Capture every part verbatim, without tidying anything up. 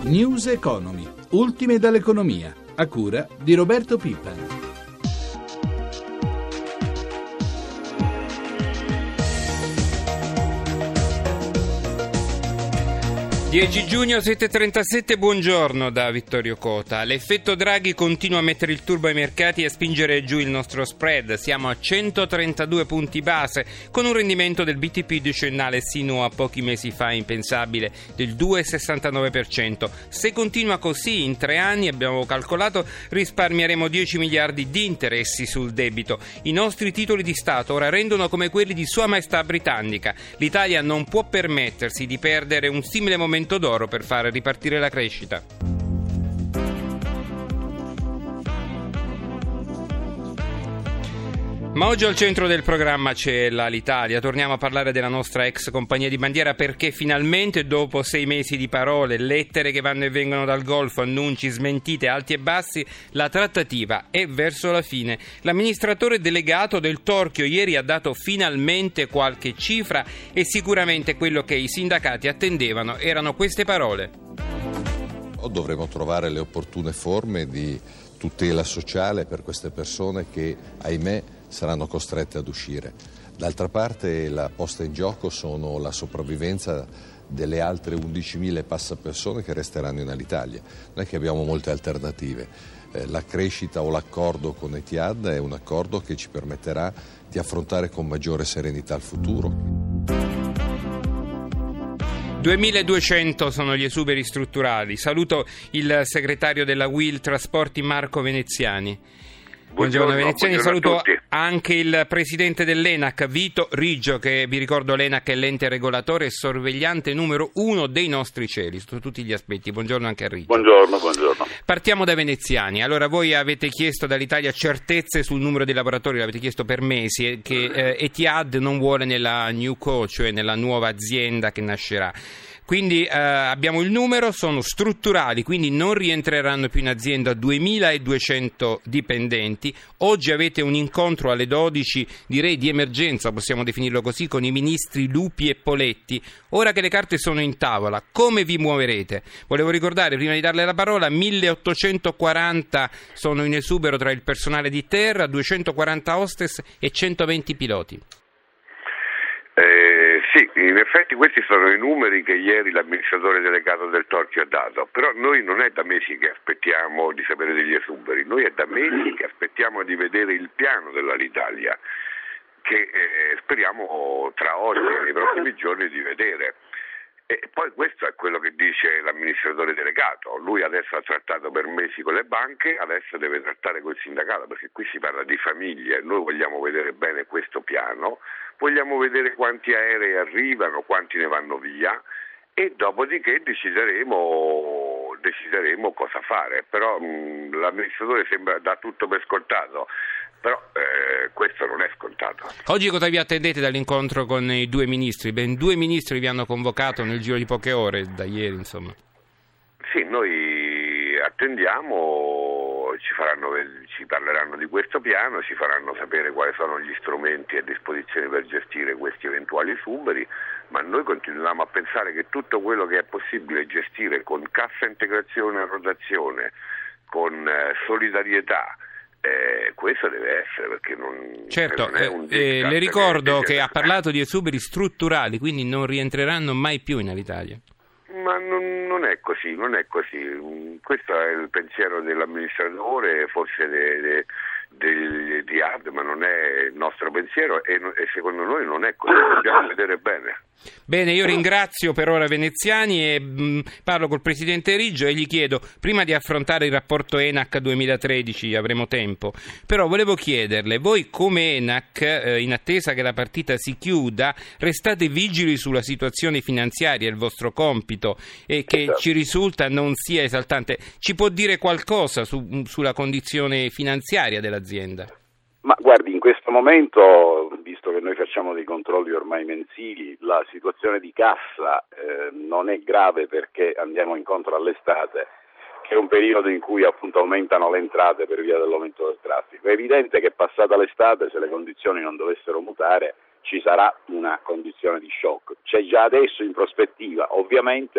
News Economy, ultime dall'economia, a cura di Roberto Pippa. dieci giugno sette e trentasette, buongiorno da Vittorio Cota. L'effetto Draghi continua a mettere il turbo ai mercati e a spingere giù il nostro spread. Siamo a centotrentadue punti base, con un rendimento del B T P decennale sino a pochi mesi fa impensabile del due virgola sessantanove per cento. Se continua così, in tre anni, abbiamo calcolato, risparmieremo dieci miliardi di interessi sul debito. I nostri titoli di Stato ora rendono come quelli di Sua Maestà Britannica. L'Italia non può permettersi di perdere un simile momento d'oro per far ripartire la crescita. Ma oggi al centro del programma c'è l'Alitalia. Torniamo a parlare della nostra ex compagnia di bandiera perché finalmente, dopo sei mesi di parole, lettere che vanno e vengono dal Golfo, annunci, smentite alti e bassi, la trattativa è verso la fine. L'amministratore delegato del Torchio ieri ha dato finalmente qualche cifra e sicuramente quello che i sindacati attendevano erano queste parole. Dovremo trovare le opportune forme di tutela sociale per queste persone che, ahimè, saranno costrette ad uscire. D'altra parte la posta in gioco sono la sopravvivenza delle altre undicimila e passa persone che resteranno in Alitalia. Non è che abbiamo molte alternative. Eh, la crescita o l'accordo con Etihad è un accordo che ci permetterà di affrontare con maggiore serenità il futuro. duemiladuecento sono gli esuberi strutturali. Saluto il segretario della U I L Trasporti Marco Veneziani. Buongiorno, buongiorno Veneziani, buongiorno saluto anche il presidente dell'ENAC, Vito Riggio, che vi ricordo l'ENAC è l'ente regolatore e sorvegliante numero uno dei nostri cieli, su tutti gli aspetti. Buongiorno anche a Riggio. Buongiorno, buongiorno. Partiamo da Veneziani. Allora, voi avete chiesto dall'Italia certezze sul numero di lavoratori, l'avete chiesto per mesi, che eh, Etihad non vuole nella New Co, cioè nella nuova azienda che nascerà. Quindi eh, abbiamo il numero, sono strutturali, quindi non rientreranno più in azienda duemiladuecento dipendenti. Oggi avete un incontro alle dodici, direi di emergenza, possiamo definirlo così, con i ministri Lupi e Poletti. Ora che le carte sono in tavola, come vi muoverete? Volevo ricordare, prima di darle la parola, milleottocentoquaranta sono in esubero tra il personale di terra, duecentoquaranta hostess e centoventi piloti. Eh, sì, in effetti questi sono i numeri che ieri l'amministratore delegato del Torchio ha dato, però noi non è da mesi che aspettiamo di sapere degli esuberi, noi è da mesi che aspettiamo di vedere il piano dell'Alitalia, che eh, speriamo tra oggi e nei prossimi giorni di vedere. E poi questo è quello che dice l'amministratore delegato, lui adesso ha trattato per mesi con le banche, adesso deve trattare col sindacato, perché qui si parla di famiglie, noi vogliamo vedere bene questo piano, vogliamo vedere quanti aerei arrivano, quanti ne vanno via e dopodiché decideremo, decideremo cosa fare, però mh, l'amministratore sembra dà tutto per scontato. Però eh, questo non è scontato. Oggi cosa vi attendete dall'incontro con i due ministri? Ben due ministri vi hanno convocato nel giro di poche ore, da ieri insomma. Sì, noi attendiamo, ci, faranno, ci parleranno di questo piano, ci faranno sapere quali sono gli strumenti a disposizione per gestire questi eventuali esuberi, ma noi continuiamo a pensare che tutto quello che è possibile gestire con cassa integrazione e rotazione, con eh, solidarietà, Eh, questo deve essere, perché non, certo, non è un eh, le ricordo che ha parlato di esuberi strutturali, quindi non rientreranno mai più in Alitalia. Ma non, non è così, non è così. Questo è il pensiero dell'amministratore, forse de, de, del Etihad, ma non è il nostro pensiero e, e secondo noi non è così, dobbiamo vedere bene. Bene, io ringrazio per ora Veneziani e mh, parlo col Presidente Riggio e gli chiedo, prima di affrontare il rapporto ENAC duemilatredici, avremo tempo, però volevo chiederle, voi come ENAC, eh, in attesa che la partita si chiuda, restate vigili sulla situazione finanziaria, è il vostro compito, e che esatto. Ci risulta non sia esaltante. Ci può dire qualcosa su, sulla condizione finanziaria dell'azienda? Ma guardi, in questo momento, visto che noi facciamo dei controlli ormai mensili, la situazione di cassa eh, non è grave perché andiamo incontro all'estate, che è un periodo in cui appunto aumentano le entrate per via dell'aumento del traffico. È evidente che passata l'estate, se le condizioni non dovessero mutare, ci sarà una condizione di shock. C'è già adesso in prospettiva, ovviamente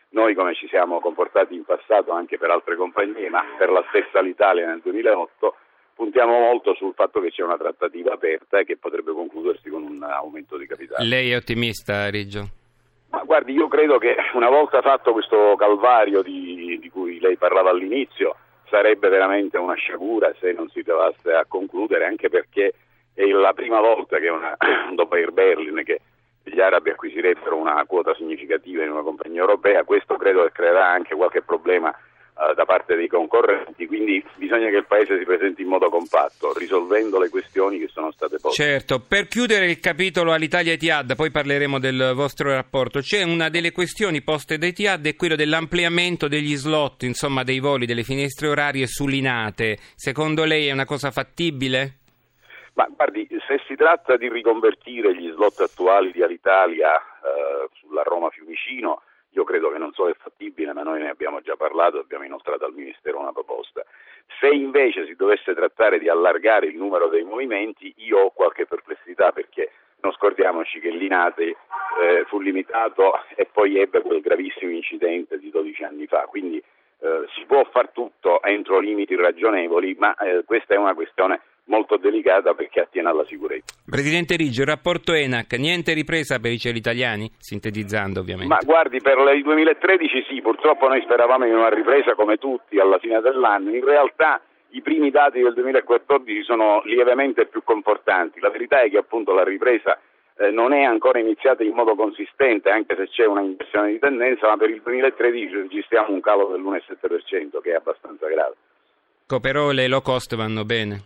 noi, come ci siamo comportati in passato anche per altre compagnie, ma per la stessa Alitalia nel duemilaotto, puntiamo molto sul fatto che c'è una trattativa aperta e che potrebbe concludersi con un aumento di capitale. Lei è ottimista, Riggio? Ma guardi, io credo che una volta fatto questo calvario di, di cui lei parlava all'inizio, sarebbe veramente una sciagura se non si trovasse a concludere, anche perché è la prima volta che una, dopo Air Berlin, che gli arabi acquisirebbero una quota significativa in una compagnia europea. Questo credo che creerà anche qualche problema uh, da parte dei concorrenti, quindi bisogna che il Paese si presenti in modo compatto, risolvendo le questioni che sono state poste. Certo, per chiudere il capitolo Alitalia Etihad, poi parleremo del vostro rapporto, c'è una delle questioni poste da Etihad, è quello dell'ampliamento degli slot, insomma dei voli, delle finestre orarie su Linate. Secondo lei è una cosa fattibile? Ma guardi, se si tratta di riconvertire gli slot attuali di Alitalia eh, sulla Roma-Fiumicino, io credo che non solo è fattibile, ma noi ne abbiamo già parlato, abbiamo inoltrato al Ministero una proposta. Se invece si dovesse trattare di allargare il numero dei movimenti, io ho qualche perplessità, perché non scordiamoci che Linate eh, fu limitato e poi ebbe quel gravissimo incidente di dodici anni fa, quindi eh, si può far tutto entro limiti ragionevoli, ma eh, questa è una questione molto delicata perché attiene alla sicurezza. Presidente Riggio, il rapporto ENAC, niente ripresa per i cieli italiani? Sintetizzando ovviamente. Ma guardi, per il duemilatredici sì, purtroppo noi speravamo in una ripresa come tutti alla fine dell'anno, in realtà i primi dati del duemilaquattordici sono lievemente più confortanti, la verità è che appunto la ripresa eh, non è ancora iniziata in modo consistente, anche se c'è una inversione di tendenza, ma per il duemilatredici registriamo un calo dell'uno virgola sette per cento che è abbastanza grave. Però le low cost vanno bene?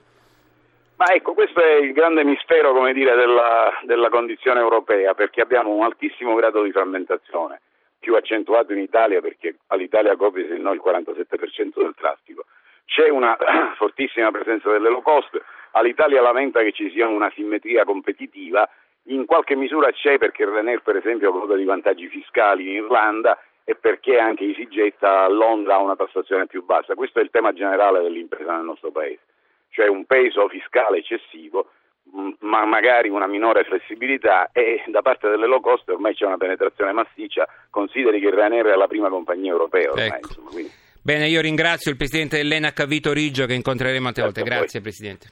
Ma ecco, questo è il grande mistero, come dire, della, della condizione europea, perché abbiamo un altissimo grado di frammentazione, più accentuato in Italia perché all'Italia copre se no il quarantasette per cento del traffico. C'è una fortissima presenza delle low cost, all'Italia lamenta che ci sia una simmetria competitiva, in qualche misura c'è perché Ryanair per esempio gode di vantaggi fiscali in Irlanda e perché anche EasyJet a Londra ha una tassazione più bassa. Questo è il tema generale dell'impresa nel nostro Paese. Cioè un peso fiscale eccessivo, ma magari una minore flessibilità, e da parte delle low cost ormai c'è una penetrazione massiccia, consideri che Ryanair è la prima compagnia europea ormai. Ecco. Insomma, quindi... Bene, io ringrazio il Presidente dell'ENAC Vito Riggio, che incontreremo altre volte. Grazie Presidente.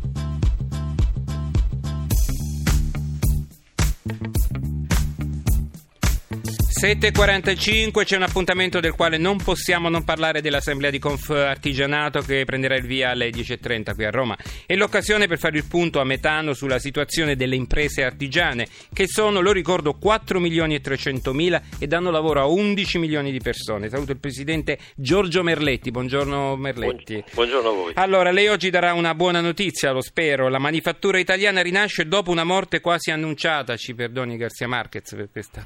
sette e quarantacinque, c'è un appuntamento del quale non possiamo non parlare, dell'assemblea di Confartigianato che prenderà il via alle dieci e trenta qui a Roma. È l'occasione per fare il punto a metano sulla situazione delle imprese artigiane, che sono, lo ricordo, quattro milioni e trecentomila e danno lavoro a undici milioni di persone. Saluto il Presidente Giorgio Merletti. Buongiorno Merletti. Buongiorno a voi. Allora, lei oggi darà una buona notizia, lo spero. La manifattura italiana rinasce dopo una morte quasi annunciata. Ci perdoni Garcia Marquez per questa.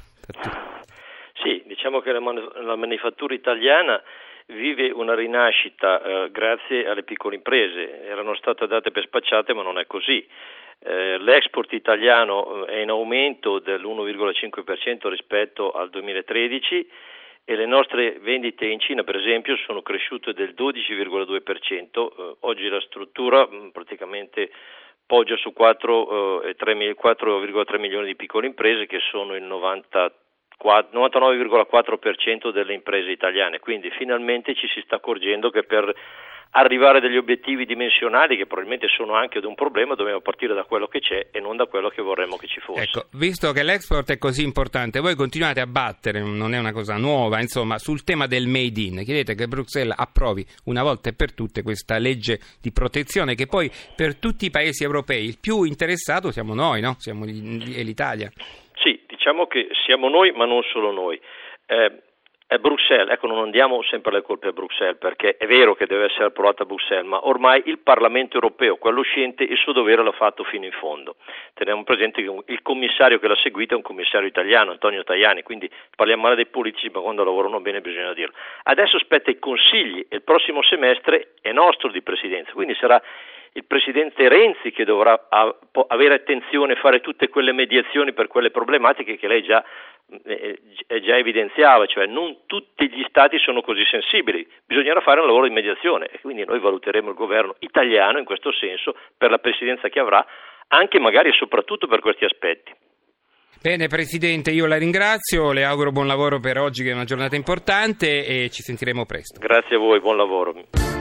Sì, diciamo che la, man- la manifattura italiana vive una rinascita eh, grazie alle piccole imprese. Erano state date per spacciate, ma non è così. Eh, l'export italiano è in aumento dell'uno virgola cinque per cento rispetto al duemilatredici e le nostre vendite in Cina, per esempio, sono cresciute del dodici virgola due per cento. Eh, oggi la struttura mh, praticamente poggia su quattro virgola tre milioni di piccole imprese, che sono il novanta novantanove virgola quattro per cento delle imprese italiane, quindi finalmente ci si sta accorgendo che per arrivare a degli obiettivi dimensionali, che probabilmente sono anche ad un problema, dobbiamo partire da quello che c'è e non da quello che vorremmo che ci fosse. Ecco, visto che l'export è così importante, voi continuate a battere, non è una cosa nuova, insomma, sul tema del made in. Chiedete che Bruxelles approvi una volta e per tutte questa legge di protezione, che poi per tutti i paesi europei il più interessato siamo noi, no? Siamo è l'Italia. Sì, diciamo che siamo noi, ma non solo noi. Eh, è Bruxelles, ecco, non diamo sempre le colpe a Bruxelles, perché è vero che deve essere approvata a Bruxelles, ma ormai il Parlamento europeo, quello uscente, il suo dovere l'ha fatto fino in fondo. Teniamo presente che il commissario che l'ha seguita è un commissario italiano, Antonio Tajani, quindi parliamo male dei politici, ma quando lavorano bene bisogna dirlo. Adesso spetta ai consigli e il prossimo semestre è nostro di presidenza, quindi sarà il Presidente Renzi che dovrà avere attenzione e fare tutte quelle mediazioni per quelle problematiche che lei già, eh, già evidenziava, cioè non tutti gli Stati sono così sensibili, bisognerà fare un lavoro di mediazione e quindi noi valuteremo il governo italiano in questo senso per la presidenza che avrà, anche magari e soprattutto per questi aspetti. Bene Presidente, io la ringrazio, le auguro buon lavoro per oggi che è una giornata importante e ci sentiremo presto. Grazie a voi, buon lavoro.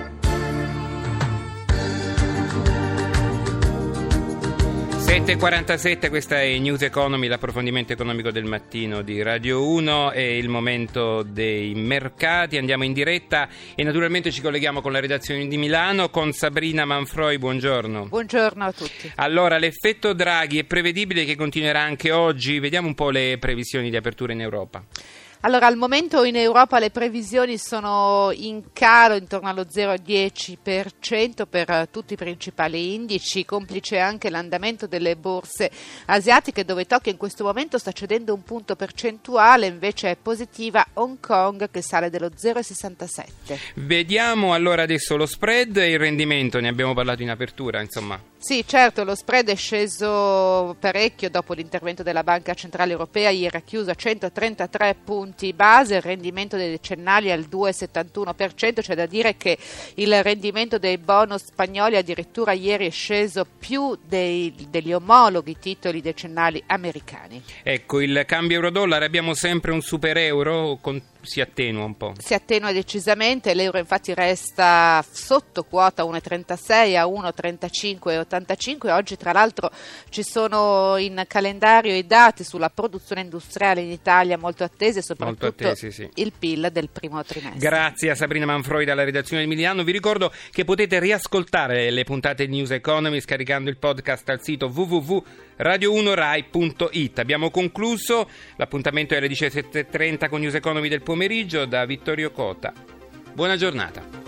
sette e quarantasette, questa è News Economy, l'approfondimento economico del mattino di Radio uno, è il momento dei mercati, andiamo in diretta e naturalmente ci colleghiamo con la redazione di Milano con Sabrina Manfroi, buongiorno. Buongiorno a tutti. Allora, l'effetto Draghi è prevedibile che continuerà anche oggi, vediamo un po' le previsioni di apertura in Europa. Allora, al momento in Europa le previsioni sono in calo intorno allo zero virgola dieci per cento per tutti i principali indici, complice anche l'andamento delle borse asiatiche dove Tokyo in questo momento sta cedendo un punto percentuale, invece è positiva Hong Kong che sale dello zero virgola sessantasette. Vediamo allora adesso lo spread e il rendimento, ne abbiamo parlato in apertura, insomma. Sì, certo, lo spread è sceso parecchio dopo l'intervento della Banca Centrale Europea, ieri ha chiuso a centotrentatré punti base, il rendimento dei decennali è al due virgola settantuno per cento, c'è da dire che il rendimento dei bonus spagnoli addirittura ieri è sceso più dei, degli omologhi titoli decennali americani. Ecco, il cambio euro-dollaro, abbiamo sempre un super euro con si attenua un po'. Si attenua decisamente, l'euro infatti resta sotto quota uno virgola trentasei a uno virgola trentacinque ottantacinque. Oggi tra l'altro ci sono in calendario i dati sulla produzione industriale in Italia molto attesi e soprattutto molto attesi, sì. Il P I L del primo trimestre. Grazie a Sabrina Manfroi dalla redazione di Milano. Vi ricordo che potete riascoltare le puntate di News Economy scaricando il podcast al sito w w w punto radio uno rai punto it. Abbiamo concluso, l'appuntamento è alle diciassette e trenta con News Economy del pomeriggio da Vittorio Cota. Buona giornata.